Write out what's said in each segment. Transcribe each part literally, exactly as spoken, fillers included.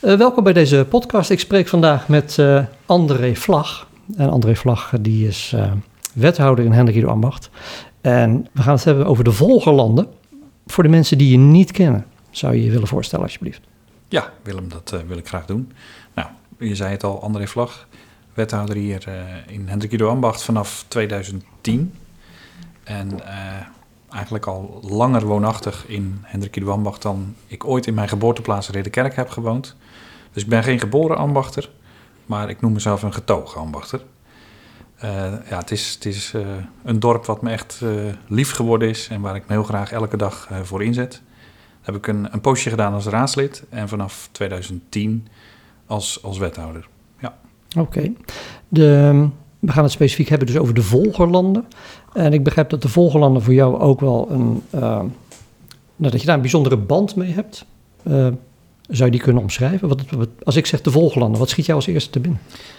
Uh, welkom bij deze podcast. Ik spreek vandaag met uh, André Vlag. En André Vlag die is uh, wethouder in Hendrik Ido Ambacht. En we gaan het hebben over de Volgerlanden. Voor de mensen die je niet kennen, zou je je willen voorstellen alsjeblieft? Ja, Willem, dat uh, wil ik graag doen. Nou, je zei het al, André Vlag, wethouder hier uh, in Hendrik Ido Ambacht vanaf tweeduizend tien. En uh, eigenlijk al langer woonachtig in Hendrik Ido Ambacht dan ik ooit in mijn geboorteplaats Ridderkerk heb gewoond. Dus ik ben geen geboren ambachter, maar ik noem mezelf een getogen ambachter. Uh, ja, het is, het is uh, een dorp wat me echt uh, lief geworden is en waar ik me heel graag elke dag uh, voor inzet. Daar heb ik een, een poosje gedaan als raadslid en vanaf tweeduizend tien als, als wethouder. Ja. Oké. Okay. We gaan het specifiek hebben dus over de Volgerlanden. En ik begrijp dat de Volgerlanden voor jou ook wel een... Uh, nou, dat je daar een bijzondere band mee hebt. Uh, zou je die kunnen omschrijven? Wat, wat, als ik zeg de Volgerlanden, wat schiet jou als eerste te binnen?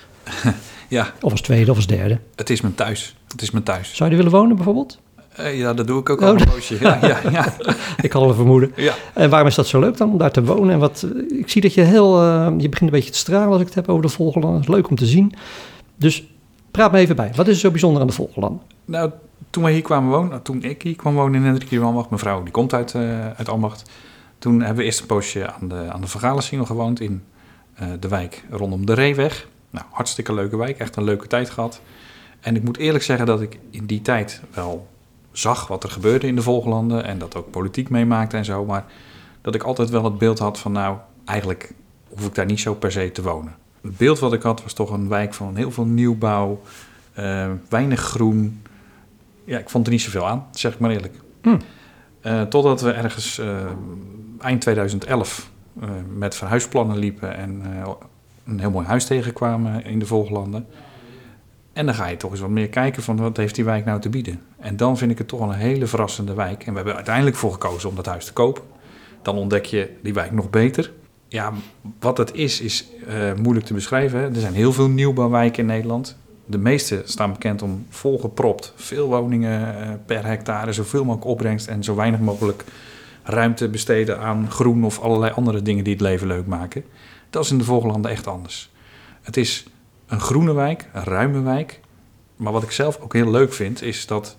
Ja. Of als tweede of als derde? Het is mijn thuis. Het is mijn thuis. Zou je er willen wonen bijvoorbeeld? Uh, ja, dat doe ik ook al oh, een poosje. Ja, ja, ja. Ik had al een vermoeden. Ja. En waarom is dat zo leuk dan, om daar te wonen? En wat, ik zie dat je heel... Uh, je begint een beetje te stralen als ik het heb over de Volgerlanden. Dat is leuk om te zien. Dus praat me even bij. Wat is er zo bijzonder aan de Volgerlanden? Nou, toen wij hier kwamen wonen... Toen ik hier kwam wonen in Hendrik Ido Ambacht... Mijn vrouw, die komt uit, uh, uit Ambacht. Toen hebben we eerst een poosje aan de, aan de Van Galensingel gewoond... in uh, de wijk rondom de Reeweg. Nou, hartstikke leuke wijk. Echt een leuke tijd gehad. En ik moet eerlijk zeggen dat ik in die tijd wel zag wat er gebeurde in de Volgerlanden... en dat ook politiek meemaakte en zo. Maar dat ik altijd wel het beeld had van... nou, eigenlijk hoef ik daar niet zo per se te wonen. Het beeld wat ik had was toch een wijk van heel veel nieuwbouw... Uh, weinig groen. Ja, ik vond er niet zoveel aan, zeg ik maar eerlijk. Hm. Uh, totdat we ergens uh, eind tweeduizend elf uh, met verhuisplannen liepen... en uh, een heel mooi huis tegenkwamen in de Volgerlanden... En dan ga je toch eens wat meer kijken van wat heeft die wijk nou te bieden. En dan vind ik het toch wel een hele verrassende wijk. En we hebben er uiteindelijk voor gekozen om dat huis te kopen. Dan ontdek je die wijk nog beter. Ja, wat het is, is uh, moeilijk te beschrijven. Hè. Er zijn heel veel nieuwbouwwijken in Nederland. De meeste staan bekend om volgepropt. Veel woningen uh, per hectare, zoveel mogelijk opbrengst... en zo weinig mogelijk ruimte besteden aan groen... of allerlei andere dingen die het leven leuk maken. Dat is in de Volgerlanden echt anders. Het is een groene wijk, een ruime wijk. Maar wat ik zelf ook heel leuk vind, is dat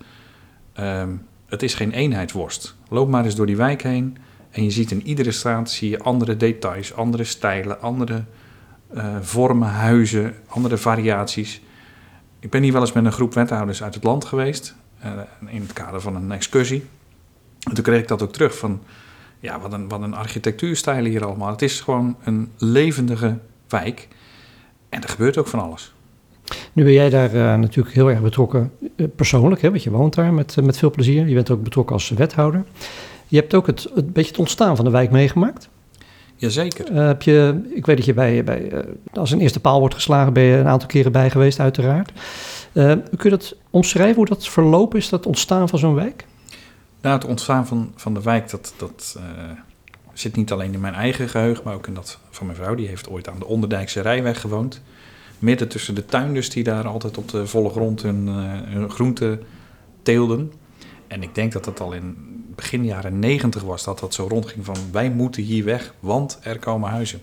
um, het is geen eenheidsworst. Loop maar eens door die wijk heen en je ziet in iedere straat zie je andere details, andere stijlen, andere uh, vormen, huizen, andere variaties. Ik ben hier wel eens met een groep wethouders uit het land geweest, uh, in het kader van een excursie. En toen kreeg ik dat ook terug van, ja, wat een, wat een architectuurstijl hier allemaal. Het is gewoon een levendige wijk. En er gebeurt ook van alles. Nu ben jij daar uh, natuurlijk heel erg betrokken uh, persoonlijk, hè, want je woont daar met, uh, met veel plezier. Je bent ook betrokken als wethouder. Je hebt ook het, het beetje het ontstaan van de wijk meegemaakt. Jazeker. Uh, heb je, ik weet dat je bij, bij uh, als een eerste paal wordt geslagen, ben je een aantal keren bij geweest uiteraard. Uh, kun je dat omschrijven, hoe dat verlopen is, dat ontstaan van zo'n wijk? Nou, het ontstaan van, van de wijk, dat... dat uh... zit niet alleen in mijn eigen geheugen, maar ook in dat van mijn vrouw. Die heeft ooit aan de Onderdijkse Rijweg gewoond. Midden tussen de tuinders die daar altijd op de volle grond hun, uh, hun groenten teelden. En ik denk dat het al in begin jaren negentig was dat dat zo rondging van... wij moeten hier weg, want er komen huizen.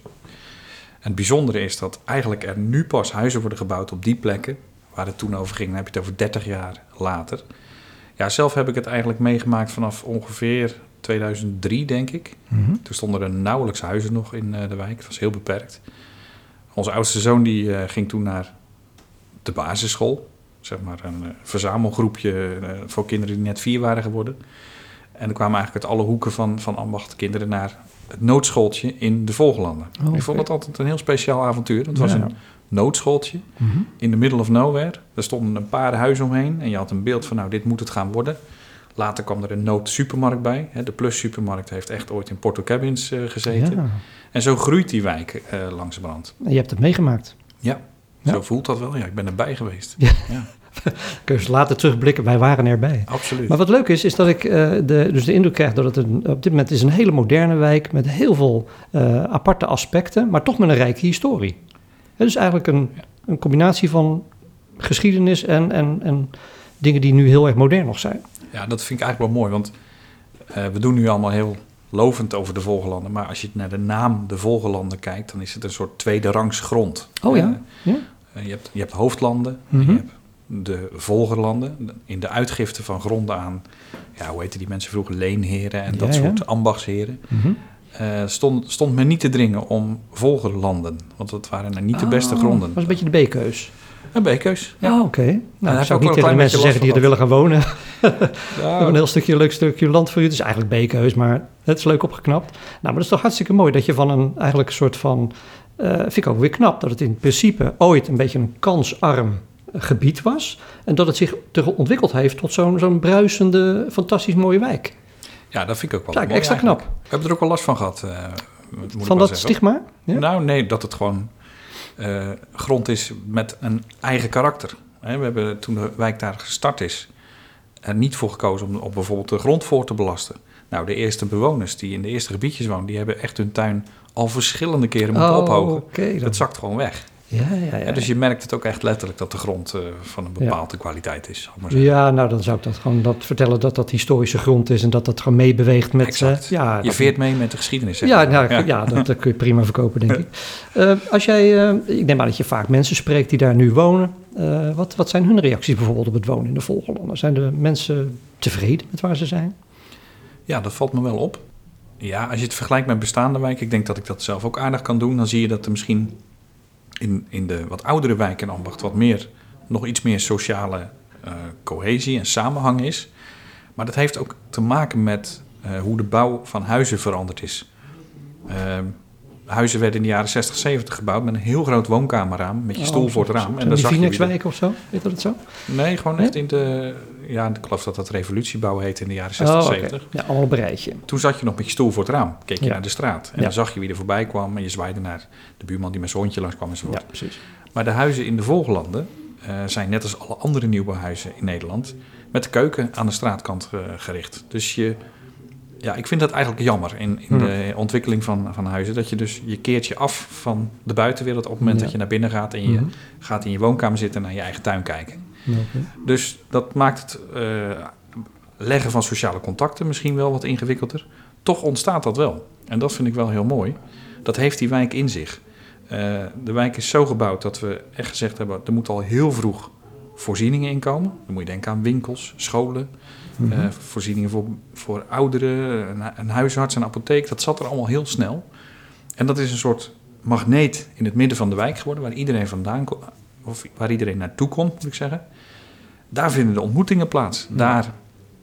En het bijzondere is dat eigenlijk er nu pas huizen worden gebouwd op die plekken... waar het toen over ging, dan heb je het over dertig jaar later. Ja, zelf heb ik het eigenlijk meegemaakt vanaf ongeveer tweeduizend drie, denk ik. Mm-hmm. Toen stonden er nauwelijks huizen nog in uh, de wijk. Het was heel beperkt. Onze oudste zoon die, uh, ging toen naar de basisschool. Zeg maar een uh, verzamelgroepje uh, voor kinderen die net vier waren geworden. En er kwamen eigenlijk uit alle hoeken van, van Ambacht kinderen naar het noodschooltje in de Volgerlanden. Oh, okay. Ik vond dat altijd een heel speciaal avontuur. Het was ja. een noodschooltje mm-hmm. in the middle of nowhere. Er stonden een paar huizen omheen en je had een beeld van, nou, dit moet het gaan worden. Later kwam er een noodsupermarkt bij. De Plus Supermarkt heeft echt ooit in Porto Cabins uh, gezeten. Ja. En zo groeit die wijk uh, langzamerhand. En je hebt het meegemaakt. Ja, ja, zo voelt dat wel. Ja, ik ben erbij geweest. Ja. Ja. Kun je later terugblikken, wij waren erbij. Absoluut. Maar wat leuk is, is dat ik uh, de, dus de indruk krijg dat het een, op dit moment is een hele moderne wijk... met heel veel uh, aparte aspecten, maar toch met een rijke historie. Het is eigenlijk een, een combinatie van geschiedenis en, en, en dingen die nu heel erg modern nog zijn. Ja, dat vind ik eigenlijk wel mooi, want uh, we doen nu allemaal heel lovend over de Volgerlanden. Maar als je naar de naam de Volgerlanden kijkt, dan is het een soort tweede rangs grond. Oh ja? ja? Uh, je, hebt, je hebt hoofdlanden, Mm-hmm. je hebt de Volgerlanden. In de uitgifte van gronden aan, ja, hoe heette die mensen vroeger, leenheren en Ja, dat soort ja. ambachtsheren. Mm-hmm. Uh, stond, stond men niet te dringen om Volgerlanden. Want dat waren nou niet de beste Oh, gronden. dat was een beetje de B-keus. Een B-keus. Ja, oh, oké. Okay. Nou, heb ik zou ik niet ook wel tegen de een mensen klein zeggen die er beetje willen gaan wonen. We Ja, hebben een heel stukje, leuk stukje land voor u. Het is eigenlijk B-keus, maar het is leuk opgeknapt. Nou, maar dat is toch hartstikke mooi dat je van een eigenlijk een soort van... Uh, vind ik ook weer knap dat het in principe ooit een beetje een kansarm gebied was. En dat het zich te ontwikkeld heeft tot zo'n, zo'n bruisende, fantastisch mooie wijk. ja, dat vind ik ook wel Kijk, mooi extra eigenlijk. knap. We hebben er ook wel last van gehad. Uh, moet ik Van wel dat zeggen. stigma? Ja? Nou, nee, dat het gewoon uh, grond is met een eigen karakter. He, we hebben toen de wijk daar gestart is, er niet voor gekozen om op bijvoorbeeld de grond voor te belasten. Nou, de eerste bewoners die in de eerste gebiedjes woonden, die hebben echt hun tuin al verschillende keren moeten oh, ophogen. Okay, dat zakt gewoon weg. Ja, ja, ja. En dus je merkt het ook echt letterlijk dat de grond uh, van een bepaalde ja. kwaliteit is. Zal ik maar ja, nou dan zou ik dat gewoon dat vertellen dat dat historische grond is en dat dat gewoon meebeweegt met... Exact. Uh, ja, je dat, veert mee met de geschiedenis. Zeg ja, maar. nou, ja. ja dat, dat kun je prima verkopen, denk ik. Uh, als jij, uh, ik neem aan dat je vaak mensen spreekt die daar nu wonen. Uh, wat, wat zijn hun reacties bijvoorbeeld op het wonen in de Volgerlanden? Zijn de mensen tevreden met waar ze zijn? Ja, dat valt me wel op. Ja, als je het vergelijkt met bestaande wijken, ik denk dat ik dat zelf ook aardig kan doen, dan zie je dat er misschien in, in de wat oudere wijken in Ambacht wat meer, nog iets meer sociale uh, cohesie en samenhang is. Maar dat heeft ook te maken met uh, hoe de bouw van huizen veranderd is. Uh, huizen werden in de jaren zestig, zeventig gebouwd met een heel groot woonkamerraam, met je stoel oh, voor het raam. En dan die Phoenixwijk of zo? Weet dat het zo? Nee, gewoon echt in de... Ja, ik geloof dat dat revolutiebouw heette in de jaren zestig, oh, okay. zeventig. Ja, allemaal op een rijtje. Toen zat je nog met je stoel voor het raam. Keek je ja. naar de straat. En ja. dan zag je wie er voorbij kwam. En je zwaaide naar de buurman die met zijn hondje langskwam enzovoort. Ja, precies. Maar de huizen in de Volgerlanden uh, zijn net als alle andere nieuwbouwhuizen in Nederland met de keuken aan de straatkant uh, gericht. Dus je... Ja, ik vind dat eigenlijk jammer in, in hmm. de ontwikkeling van, van huizen. Dat je dus, je keert je af van de buitenwereld op het moment ja. dat je naar binnen gaat. En je hmm. gaat in je woonkamer zitten en naar je eigen tuin kijken. Okay. Dus dat maakt het uh, leggen van sociale contacten misschien wel wat ingewikkelder. Toch ontstaat dat wel. En dat vind ik wel heel mooi. Dat heeft die wijk in zich. Uh, de wijk is zo gebouwd dat we echt gezegd hebben, er moet al heel vroeg voorzieningen inkomen. Dan moet je denken aan winkels, scholen. Mm-hmm. Uh, voorzieningen voor, voor ouderen, een, een huisarts, een apotheek. Dat zat er allemaal heel snel. En dat is een soort magneet in het midden van de wijk geworden, waar iedereen vandaan komt, of waar iedereen naartoe komt, moet ik zeggen. Daar vinden de ontmoetingen plaats. Mm-hmm. Daar,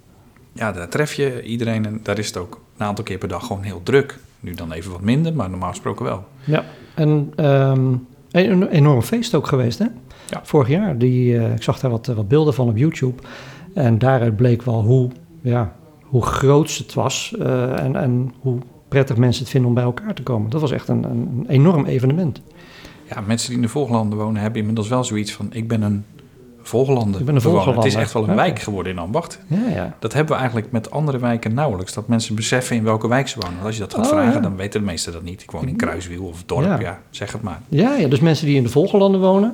ja, daar tref je iedereen en daar is het ook een aantal keer per dag gewoon heel druk. Nu dan even wat minder, maar normaal gesproken wel. Ja, en um, een enorm feest ook geweest, hè? Ja. Vorig jaar. Die, uh, ik zag daar wat, wat beelden van op YouTube. En daaruit bleek wel hoe, ja, hoe groot het was uh, en, en hoe prettig mensen het vinden om bij elkaar te komen. Dat was echt een, een enorm evenement. Ja, mensen die in de Volgerlanden wonen hebben inmiddels wel zoiets van, ik ben een Volgerlanden. Ik ben een Volgerlander. Het is echt wel een ja. wijk geworden in Ambacht. Ja, ja. Dat hebben we eigenlijk met andere wijken nauwelijks. Dat mensen beseffen in welke wijk ze wonen. Want als je dat gaat oh, vragen, ja. dan weten de meesten dat niet. Ik woon in Kruiswiel of Dorp, ja. ja, zeg het maar. Ja, ja, dus mensen die in de Volgerlanden wonen,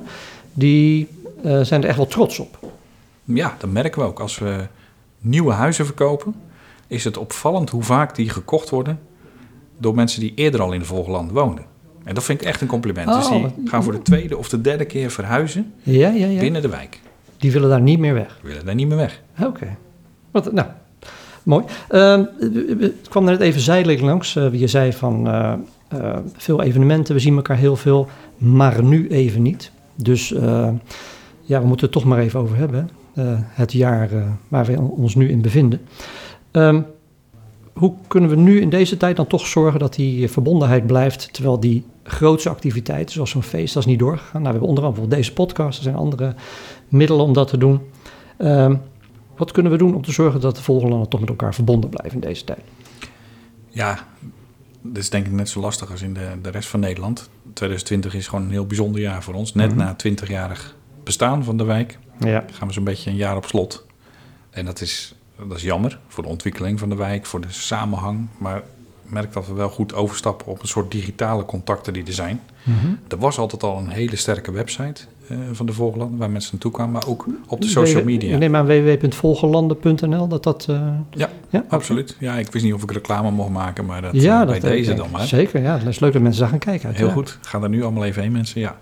die uh, zijn er echt wel trots op. Ja, dat merken we ook. Als we nieuwe huizen verkopen, is het opvallend hoe vaak die gekocht worden door mensen die eerder al in de Volgerlanden woonden. En dat vind ik echt een compliment. Oh, dus die gaan voor de tweede of de derde keer verhuizen ja, ja, ja. binnen de wijk. Die willen daar niet meer weg? Die willen daar niet meer weg. Oké. Okay. Wat, nou, mooi. Uh, het kwam net even zijdelijk langs. Uh, je zei van uh, uh, veel evenementen, we zien elkaar heel veel, maar nu even niet. Dus uh, ja, we moeten het toch maar even over hebben. Uh, het jaar uh, waar we ons nu in bevinden. Um, hoe kunnen we nu in deze tijd dan toch zorgen dat die verbondenheid blijft, terwijl die grootste activiteiten, zoals zo'n feest, dat is niet doorgegaan. Nou, we hebben onder andere deze podcast, er zijn andere middelen om dat te doen. Um, wat kunnen we doen om te zorgen dat de Volgerlanden toch met elkaar verbonden blijven in deze tijd? Ja, dat is denk ik net zo lastig als in de, de rest van Nederland. twintig twintig is gewoon een heel bijzonder jaar voor ons. Net mm-hmm. na twintigjarig bestaan van de wijk ja. gaan we zo'n beetje een jaar op slot. En dat is, dat is jammer voor de ontwikkeling van de wijk, voor de samenhang. Maar merk dat we wel goed overstappen op een soort digitale contacten die er zijn. Mm-hmm. Er was altijd al een hele sterke website uh, van de Volgelanden waar mensen naartoe kwamen, maar ook op de social media. Ik neem aan w w w punt volgelanden punt n l dat dat... Uh, ja, ja, absoluut. Okay. Ja, ik wist niet of ik reclame mocht maken, maar dat, ja, uh, bij dat deze ik, dan maar. Zeker, ja. Het is leuk dat mensen daar gaan kijken. Uit, Heel ja. goed. Ga er nu allemaal even heen, mensen. Ja.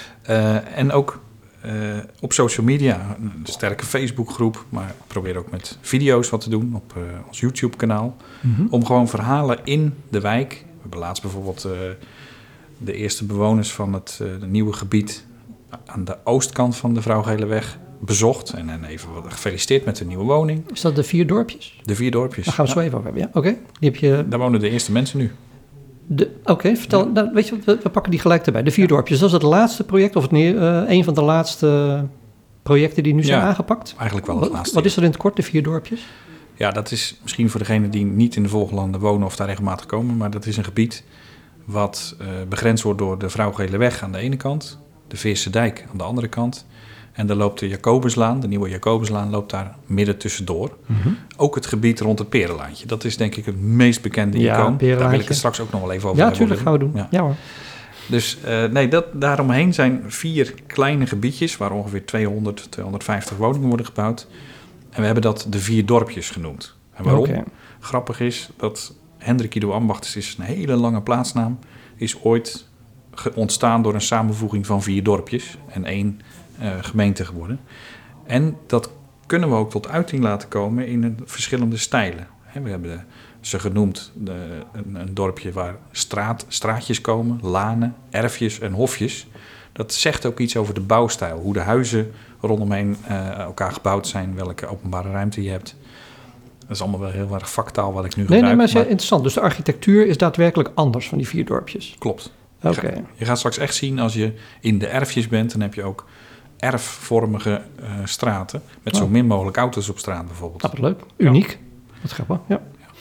Uh, en ook uh, op social media, een sterke Facebookgroep, maar probeer ook met video's wat te doen op uh, ons YouTube-kanaal. Mm-hmm. Om gewoon verhalen in de wijk. We hebben laatst bijvoorbeeld uh, de eerste bewoners van het uh, de nieuwe gebied aan de oostkant van de Vrouwgeleweg bezocht. En, en even wat gefeliciteerd met de nieuwe woning. Is dat de vier dorpjes? De vier dorpjes. Daar gaan we het ja. zo even over hebben, ja. Oké. Okay. Je... Daar wonen de eerste mensen nu. Oké, okay, vertel. Ja. Nou, weet je, we, we pakken die gelijk erbij. De vier ja. dorpjes, dat is het laatste project, of het uh, een van de laatste projecten die nu zijn ja, aangepakt? Eigenlijk wel het wat, laatste. Wat is er in het kort, de vier dorpjes? Ja, dat is misschien voor degenen die niet in de Volgelanden wonen of daar regelmatig komen, maar dat is een gebied wat uh, begrensd wordt door de Vrouwgeleweg aan de ene kant, de Veerse Dijk aan de andere kant. En dan loopt de Jacobuslaan, de nieuwe Jacobuslaan, loopt daar midden tussendoor. Mm-hmm. Ook het gebied rond het Perenlaantje. Dat is denk ik het meest bekende ja, icoon. Daar wil ik het straks ook nog wel even over ja, hebben. Ja, tuurlijk gaan we doen. Ja, ja hoor. Dus uh, nee, dat, daaromheen zijn vier kleine gebiedjes waar ongeveer tweehonderd, tweehonderdvijftig woningen worden gebouwd. En we hebben dat de vier dorpjes genoemd. En waarom? Okay. Grappig is dat Hendrik Ido Ambacht is een hele lange plaatsnaam. Is ooit ontstaan door een samenvoeging van vier dorpjes en één uh, gemeente geworden. En dat kunnen we ook tot uiting laten komen in een verschillende stijlen. He, we hebben ze genoemd de, een, een dorpje waar straat, straatjes komen, lanen, erfjes en hofjes. Dat zegt ook iets over de bouwstijl, hoe de huizen rondomheen uh, elkaar gebouwd zijn, welke openbare ruimte je hebt. Dat is allemaal wel heel erg vaktaal wat ik nu nee, gebruik. Nee, maar het is interessant. Dus de architectuur is daadwerkelijk anders van die vier dorpjes. Klopt. Oké. Okay. Je, je gaat straks echt zien als je in de erfjes bent, dan heb je ook erfvormige uh, straten met oh. zo min mogelijk auto's op straat bijvoorbeeld. Dat is leuk. Uniek. Ja. Wat grappig. Ja.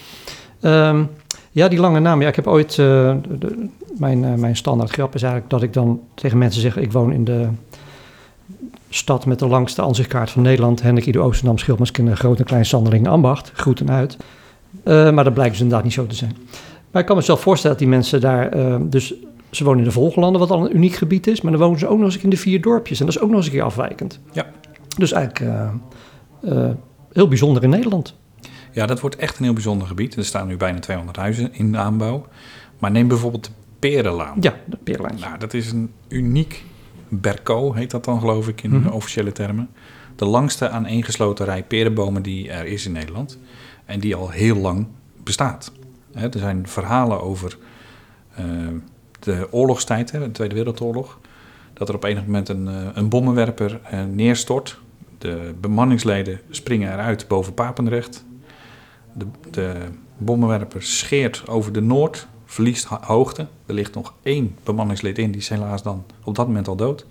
Ja. Um, ja, die lange naam. Ja, ik heb ooit uh, de, de, mijn, uh, mijn standaard grap is eigenlijk dat ik dan tegen mensen zeg: ik woon in de stad met de langste aanzichtkaart van Nederland. Hendrik Ido Oosterdam, Schildmanskinderen, Groot en Klein, Sanderling, Ambacht. Groeten uit. Uh, maar dat blijkt dus inderdaad niet zo te zijn. Maar ik kan me zelf voorstellen dat die mensen daar uh, dus ze wonen in de Volgelanden, wat al een uniek gebied is, maar dan wonen ze ook nog eens in de vier dorpjes. En dat is ook nog eens een keer afwijkend. Ja. Dus eigenlijk uh, uh, heel bijzonder in Nederland. Ja, dat wordt echt een heel bijzonder gebied. Er staan nu bijna tweehonderd huizen in de aanbouw. Maar neem bijvoorbeeld de Perenlaan. Ja, de Perenlaan. Nou, dat is een uniek berco, heet dat dan geloof ik in mm-hmm. de officiële termen. De langste aaneengesloten rij perenbomen die er is in Nederland. En die al heel lang bestaat. He, er zijn verhalen over uh, de oorlogstijd, hè, de Tweede Wereldoorlog. Dat er op enig moment een, uh, een bommenwerper uh, neerstort. De bemanningsleden springen eruit boven Papendrecht. De, de bommenwerper scheert over de Noord, verliest ha- hoogte. Er ligt nog één bemanningslid in, die is helaas dan op dat moment al dood.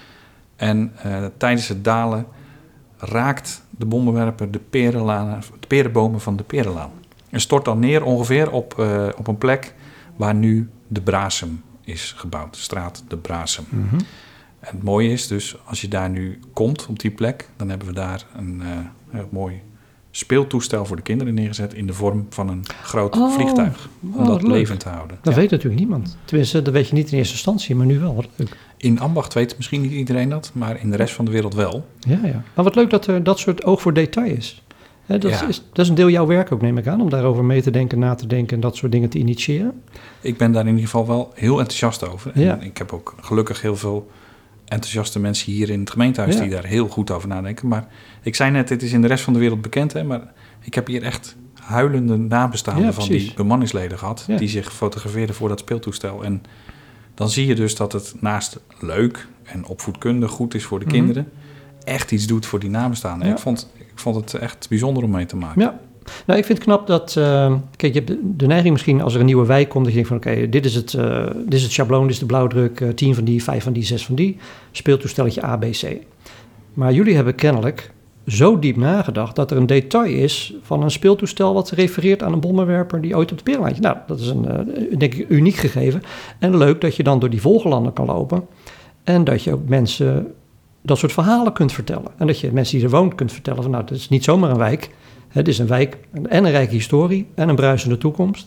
En uh, tijdens het dalen raakt de bommenwerper de, perenlaan, de perenbomen van de Perenlaan. En stort dan neer ongeveer op, uh, op een plek waar nu de Brasem is gebouwd. De straat de Brasem. Mm-hmm. En het mooie is dus, als je daar nu komt op die plek, dan hebben we daar een uh, heel mooi speeltoestel voor de kinderen neergezet in de vorm van een groot oh, vliegtuig. Om oh, dat leuk. levend te houden. Dat ja. weet natuurlijk niemand. Tenminste, dat weet je niet in eerste instantie, maar nu wel. Wat leuk. In Ambacht weet misschien niet iedereen dat, maar in de rest van de wereld wel. Ja, ja. Maar wat leuk dat er dat soort oog voor detail is. He, dat, ja. is dat is een deel jouw werk ook, neem ik aan, om daarover mee te denken, na te denken en dat soort dingen te initiëren. Ik ben daar in ieder geval wel heel enthousiast over. En ja. ik heb ook gelukkig heel veel enthousiaste mensen hier in het gemeentehuis ja. die daar heel goed over nadenken. Maar ik zei net, het is in de rest van de wereld bekend, hè, maar ik heb hier echt huilende nabestaanden ja, van die bemanningsleden gehad, ja. die zich fotografeerden voor dat speeltoestel. En dan zie je dus dat het naast leuk en opvoedkundig goed is voor de mm-hmm. kinderen, echt iets doet voor die nabestaanden. Ja. Ik vond, ik vond het echt bijzonder om mee te maken. Ja. Nou, ik vind het knap dat, uh, kijk, je hebt de, de neiging misschien als er een nieuwe wijk komt, dat je denkt van oké, okay, dit is het, uh, dit is het schabloon, dit is de blauwdruk, uh, tien van die, vijf van die, zes van die, speeltoestelletje A, B, C. Maar jullie hebben kennelijk zo diep nagedacht dat er een detail is van een speeltoestel wat refereert aan een bommenwerper die ooit op de Perenlaantje. Nou, dat is een, uh, denk ik, uniek gegeven. En leuk dat je dan door die Volgelanden kan lopen en dat je ook mensen dat soort verhalen kunt vertellen. En dat je mensen die er woont kunt vertellen van nou, het is niet zomaar een wijk. Het is een wijk en een rijke historie en een bruisende toekomst.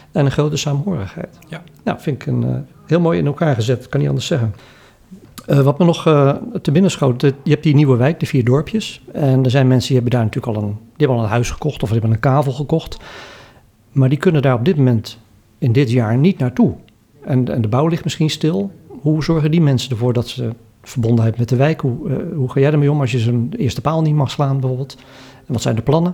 en een grote saamhorigheid. Ja. Nou, vind ik een, uh, heel mooi in elkaar gezet, kan niet anders zeggen. Uh, wat me nog uh, te binnen schoot, je hebt die nieuwe wijk, de vier dorpjes. En er zijn mensen die hebben daar natuurlijk al een, die hebben al een huis gekocht of die hebben een kavel gekocht. Maar die kunnen daar op dit moment, in dit jaar, niet naartoe. En, en de bouw ligt misschien stil. Hoe zorgen die mensen ervoor dat ze verbondenheid met de wijk, hoe, uh, hoe ga jij ermee om als je zo'n eerste paal niet mag slaan bijvoorbeeld? En wat zijn de plannen?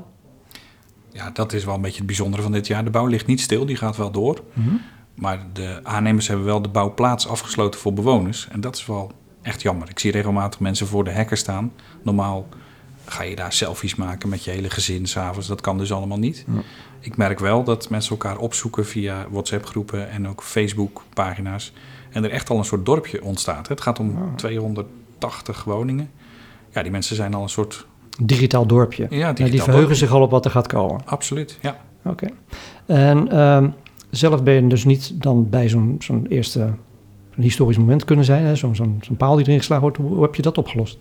Ja, dat is wel een beetje het bijzondere van dit jaar. De bouw ligt niet stil, die gaat wel door. Mm-hmm. Maar de aannemers hebben wel de bouwplaats afgesloten voor bewoners. En dat is wel echt jammer. Ik zie regelmatig mensen voor de hekken staan. Normaal ga je daar selfies maken met je hele gezin 's avonds. Dat kan dus allemaal niet. Ja. Ik merk wel dat mensen elkaar opzoeken via WhatsApp-groepen en ook Facebook-pagina's. En er echt al een soort dorpje ontstaat. Het gaat om ja. tweehonderdtachtig woningen. Ja, die mensen zijn al een soort... Digitaal dorpje. Ja, digitaal ja, die verheugen dorpje. zich al op wat er gaat komen. Absoluut, ja. Oké. Okay. En um, zelf ben je dus niet dan bij zo'n, zo'n eerste een historisch moment kunnen zijn. Hè? Zo'n, zo'n, zo'n paal die erin geslagen wordt. Hoe, hoe heb je dat opgelost?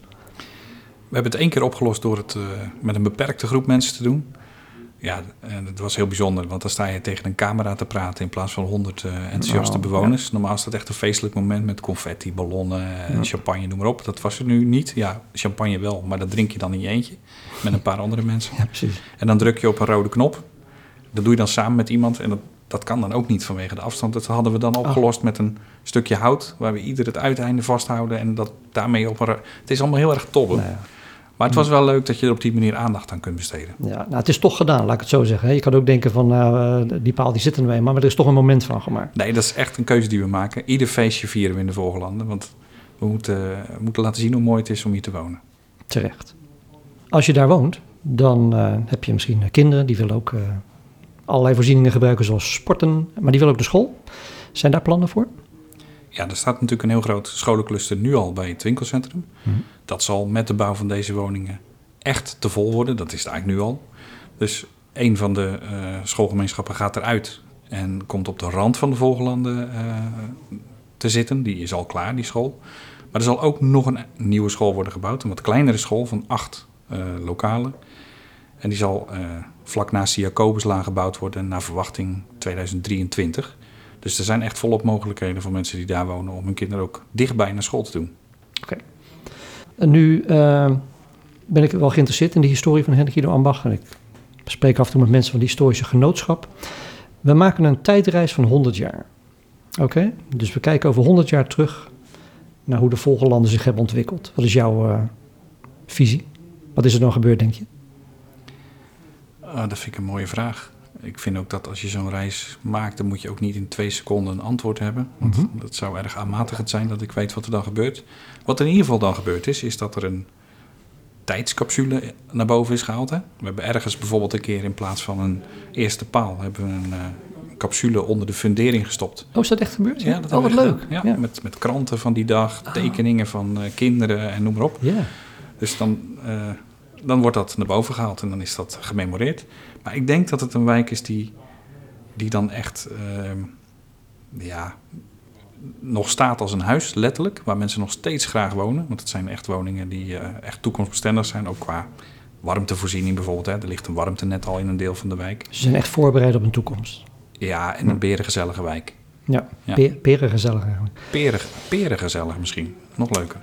We hebben het één keer opgelost door het uh, met een beperkte groep mensen te doen. Ja, en het was heel bijzonder, want dan sta je tegen een camera te praten in plaats van honderd uh, enthousiaste oh, bewoners. Ja. Normaal is dat echt een feestelijk moment met confetti, ballonnen, ja. champagne, noem maar op. Dat was er nu niet. Ja, champagne wel, maar dat drink je dan in je eentje met een paar andere mensen. Ja, precies. En dan druk je op een rode knop. Dat doe je dan samen met iemand en dat, dat kan dan ook niet vanwege de afstand. Dat hadden we dan opgelost oh. met een stukje hout waar we ieder het uiteinde vasthouden en dat daarmee op een... Het is allemaal heel erg toppen. Nou ja. Maar het was wel leuk dat je er op die manier aandacht aan kunt besteden. Ja, nou, het is toch gedaan, laat ik het zo zeggen. Je kan ook denken van, nou, die paal die zit er mee, maar er is toch een moment van gemaakt. Nee, dat is echt een keuze die we maken. Ieder feestje vieren we in de Vogelanden, want we moeten, we moeten laten zien hoe mooi het is om hier te wonen. Terecht. Als je daar woont, dan uh, heb je misschien kinderen, die willen ook uh, allerlei voorzieningen gebruiken, zoals sporten, maar die willen ook de school. Zijn daar plannen voor? Ja, er staat natuurlijk een heel groot scholencluster nu al bij het winkelcentrum. Mm-hmm. Dat zal met de bouw van deze woningen echt te vol worden. Dat is het eigenlijk nu al. Dus een van de uh, schoolgemeenschappen gaat eruit en komt op de rand van de Vogelanden uh, te zitten. Die is al klaar, die school. Maar er zal ook nog een nieuwe school worden gebouwd. Een wat kleinere school van acht uh, lokalen. En die zal uh, vlak naast de Jacobuslaan gebouwd worden naar verwachting tweeduizend drieëntwintig. Dus er zijn echt volop mogelijkheden voor mensen die daar wonen om hun kinderen ook dichtbij naar school te doen. Oké. Okay. En nu uh, ben ik wel geïnteresseerd in de historie van Hendrik Ido Ambach. En ik spreek af en toe met mensen van het historische genootschap. We maken een tijdreis van honderd jaar. Oké? Okay? Dus we kijken over honderd jaar terug naar hoe de Vogelanden zich hebben ontwikkeld. Wat is jouw uh, visie? Wat is er dan gebeurd, denk je? Uh, dat vind ik een mooie vraag. Ik vind ook dat als je zo'n reis maakt, dan moet je ook niet in twee seconden een antwoord hebben. Want mm-hmm. dat zou erg aanmatigend zijn dat ik weet wat er dan gebeurt. Wat er in ieder geval dan gebeurd is, is dat er een tijdscapsule naar boven is gehaald. Hè? We hebben ergens bijvoorbeeld een keer in plaats van een eerste paal, hebben we een uh, capsule onder de fundering gestopt. Oh, is dat echt gebeurd? Ja, dat oh, wat leuk. Ja, ja. Met, met kranten van die dag, tekeningen oh. van uh, kinderen en noem maar op. Yeah. Dus dan... Uh, Dan wordt dat naar boven gehaald en dan is dat gememoreerd. Maar ik denk dat het een wijk is die, die dan echt uh, ja, nog staat als een huis, letterlijk. Waar mensen nog steeds graag wonen. Want het zijn echt woningen die uh, echt toekomstbestendig zijn. Ook qua warmtevoorziening bijvoorbeeld. Hè. Er ligt een warmtenet al in een deel van de wijk. Ze zijn echt voorbereid op een toekomst. Ja, en een berengezellige wijk. Ja, ja. Pe- perengezellig eigenlijk. Perig, perengezellig misschien. Nog leuker.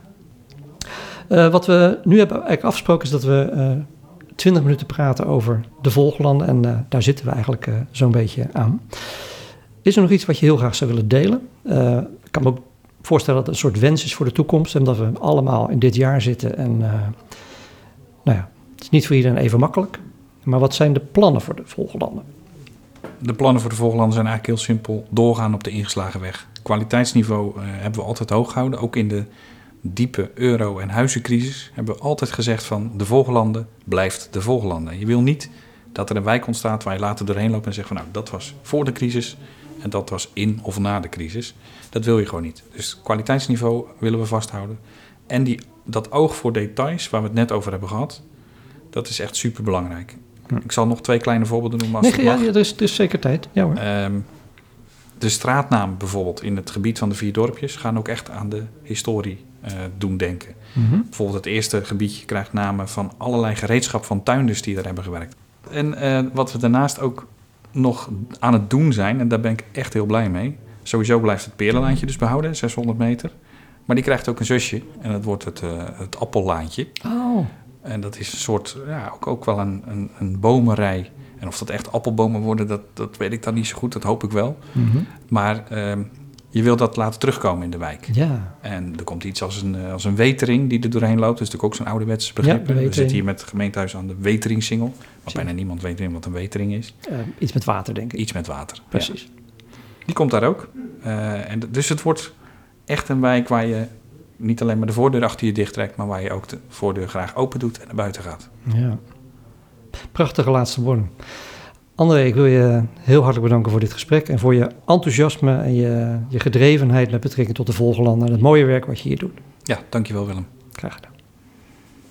Uh, wat we nu hebben eigenlijk afgesproken is dat we uh, twintig minuten praten over de Vogelanden. En uh, daar zitten we eigenlijk uh, zo'n beetje aan. Is er nog iets wat je heel graag zou willen delen? Uh, ik kan me ook voorstellen dat het een soort wens is voor de toekomst. En dat we allemaal in dit jaar zitten. En uh, nou ja, het is niet voor iedereen even makkelijk. Maar wat zijn de plannen voor de Vogelanden? De plannen voor de Vogelanden zijn eigenlijk heel simpel. Doorgaan op de ingeslagen weg. Kwaliteitsniveau uh, hebben we altijd hoog gehouden. Ook in de diepe euro- en huizencrisis hebben we altijd gezegd van de Vogelanden blijft de Vogelanden. Je wil niet dat er een wijk ontstaat waar je later doorheen loopt en zegt van nou dat was voor de crisis en dat was in of na de crisis. Dat wil je gewoon niet. Dus kwaliteitsniveau willen we vasthouden. En die, dat oog voor details waar we het net over hebben gehad, dat is echt super belangrijk. Hm. Ik zal nog twee kleine voorbeelden noemen als nee, het ja, mag. ja, er is, er is zeker tijd. Ja, hoor. Um, de straatnamen bijvoorbeeld in het gebied van de vier dorpjes gaan ook echt aan de historie uh, doen denken. Mm-hmm. Bijvoorbeeld het eerste gebiedje krijgt namen van allerlei gereedschap van tuinders die daar hebben gewerkt. En uh, wat we daarnaast ook nog aan het doen zijn. En daar ben ik echt heel blij mee. Sowieso blijft het Perenlaantje dus behouden, zeshonderd meter. Maar die krijgt ook een zusje. En dat wordt het, uh, het Appellaantje. Oh. En dat is een soort, ja, ook, ook wel een, een, een bomenrij. En of dat echt appelbomen worden, dat, dat weet ik dan niet zo goed. Dat hoop ik wel. Mm-hmm. Maar uh, je wil dat laten terugkomen in de wijk. Ja. En er komt iets als een, als een wetering die er doorheen loopt. Dat is natuurlijk ook zo'n ouderwetse begrip. Ja, we zitten hier met het gemeentehuis aan de Weteringssingel. Maar bijna niemand weet meer wat een wetering is. Uh, iets met water, denk ik. Iets met water, precies. Ja. Die komt daar ook. Uh, en dus het wordt echt een wijk waar je niet alleen maar de voordeur achter je dicht trekt, maar waar je ook de voordeur graag open doet en naar buiten gaat. Ja. Prachtige laatste woorden. André, ik wil je heel hartelijk bedanken voor dit gesprek en voor je enthousiasme en je, je gedrevenheid met betrekking tot de Volgelanden en het mooie werk wat je hier doet. Ja, dankjewel Willem. Graag gedaan.